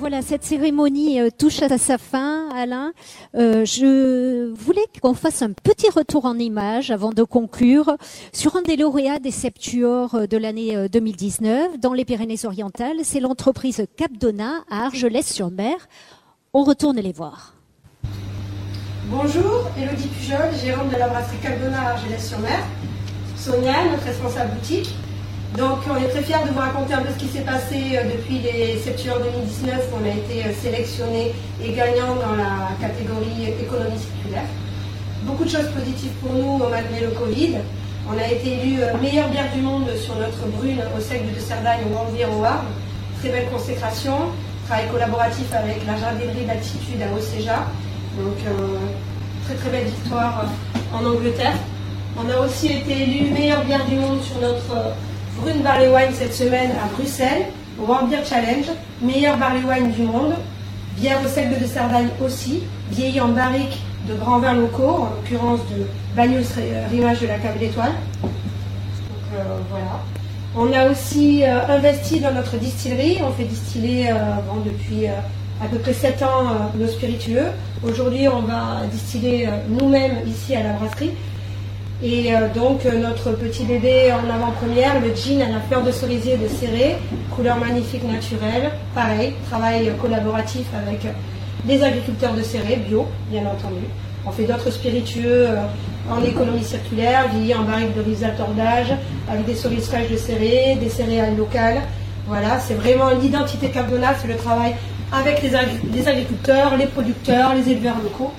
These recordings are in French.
Voilà, cette cérémonie touche à sa fin, Alain. Je voulais qu'on fasse un petit retour en images avant de conclure sur un des lauréats des Septuors de l'année 2019 dans les Pyrénées-Orientales. C'est l'entreprise Capdona à Argelès-sur-Mer. On retourne les voir. Bonjour, Élodie Pujol, gérante de la brasserie Capdona à Argelès-sur-Mer. Sonia, notre responsable boutique. Donc on est très fiers de vous raconter un peu ce qui s'est passé depuis les Septuors 2019 où on a été sélectionné et gagnant dans la catégorie économie circulaire. Beaucoup de choses positives pour nous malgré le Covid. On a été élu meilleure bière du monde sur notre brune au seigle de Cerdagne au Grand Vire au Havre. Très belle consécration, travail collaboratif avec la jardinerie d'altitude à Océja. Donc très très belle victoire en Angleterre. On a aussi été élu meilleure bière du monde sur notre Brune Barley Wine cette semaine à Bruxelles, au World Beer Challenge, meilleur barley wine du monde, bière au seigle de Cerdagne aussi, vieillie en barrique de grands vins locaux, en l'occurrence de Banyuls-Rimages de la Cave d'Étoile. Donc voilà. On a aussi investi dans notre distillerie, on fait distiller depuis à peu près 7 ans nos spiritueux. Aujourd'hui on va distiller nous-mêmes ici à la brasserie. Et donc notre petit bébé en avant-première, le gin à la fleur de cerisier de Céré, couleur magnifique naturelle, pareil, travail collaboratif avec les agriculteurs de Céré, bio bien entendu. On fait d'autres spiritueux en économie circulaire, vieillis en barrique de riz à tordage, avec des cerises fraîches de Céré, des céréales locales. Voilà, c'est vraiment l'identité Capdona, c'est le travail avec les agriculteurs, les producteurs, les éleveurs locaux.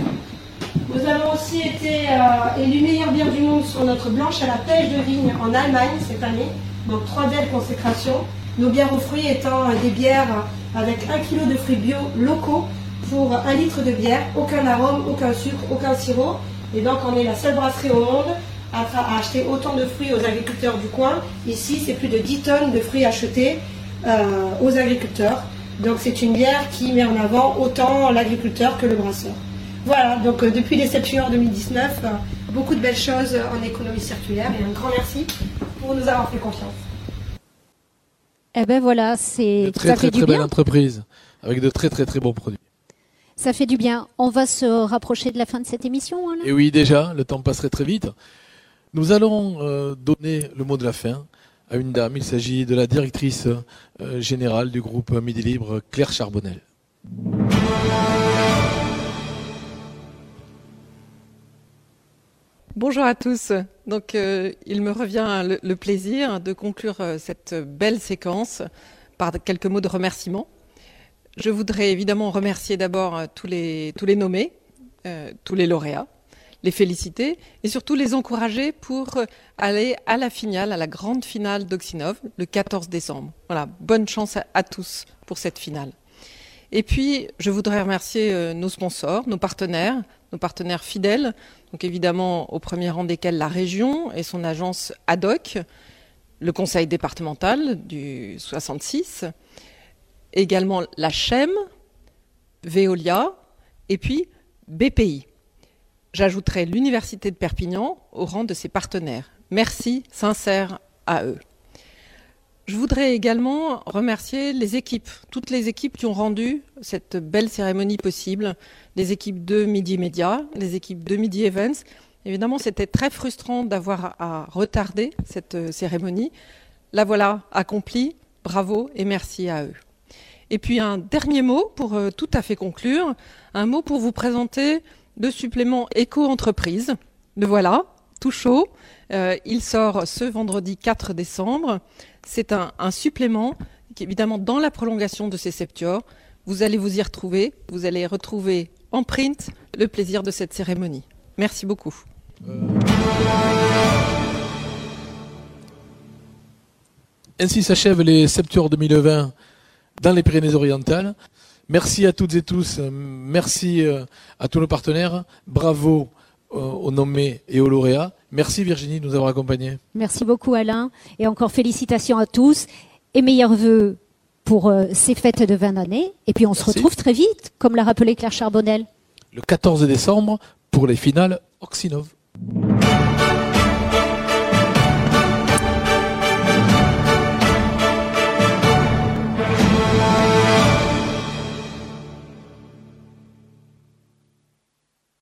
Nous avons aussi été élus meilleure bière du monde sur notre blanche à la pêche de vigne en Allemagne cette année. Donc 3 belles consécrations. Nos bières aux fruits étant des bières avec 1 kg de fruits bio locaux pour 1 litre de bière. Aucun arôme, aucun sucre, aucun sirop. Et donc on est la seule brasserie au monde à acheter autant de fruits aux agriculteurs du coin. Ici c'est plus de 10 tonnes de fruits achetés aux agriculteurs. Donc c'est une bière qui met en avant autant l'agriculteur que le brasseur. Voilà, donc depuis les Septuors 2019, beaucoup de belles choses en économie circulaire et un grand merci pour nous avoir fait confiance. Eh ben voilà, c'est très très très belle entreprise avec de très très très bons produits. Ça fait du bien. On va se rapprocher de la fin de cette émission, Alain. Et oui, déjà, le temps passerait très vite. Nous allons donner le mot de la fin à une dame. Il s'agit de la directrice générale du groupe Midi Libre, Claire Charbonnel. Bonjour à tous. Donc, il me revient le plaisir de conclure cette belle séquence par quelques mots de remerciement. Je voudrais évidemment remercier d'abord tous les nommés, tous les lauréats, les féliciter et surtout les encourager pour aller à la finale, à la grande finale d'Oxinov le 14 décembre. Voilà, bonne chance à tous pour cette finale. Et puis, je voudrais remercier nos sponsors, nos partenaires fidèles, donc évidemment au premier rang desquels la région et son agence ADOC, le conseil départemental du 66, également la CHEM, Veolia et puis BPI. J'ajouterai l'Université de Perpignan au rang de ses partenaires. Merci sincère à eux. Je voudrais également remercier les équipes, toutes les équipes qui ont rendu cette belle cérémonie possible, les équipes de Midi Média, les équipes de Midi Events. Évidemment, c'était très frustrant d'avoir à retarder cette cérémonie. La voilà accomplie, bravo et merci à eux. Et puis un dernier mot pour tout à fait conclure, un mot pour vous présenter le supplément éco-entreprise. Le voilà, tout chaud. Il sort ce vendredi 4 décembre. C'est un supplément qui, évidemment, dans la prolongation de ces Septuors, vous allez vous y retrouver. Vous allez retrouver en print le plaisir de cette cérémonie. Merci beaucoup. Ainsi s'achèvent les Septuors 2020 dans les Pyrénées-Orientales. Merci à toutes et tous. Merci à tous nos partenaires. Bravo aux nommés et aux lauréats. Merci Virginie de nous avoir accompagnés. Merci beaucoup Alain. Et encore félicitations à tous. Et meilleurs vœux pour ces fêtes de 20 années. Et puis on se retrouve très vite, comme l'a rappelé Claire Charbonnel. Le 14 décembre pour les finales Oxinov.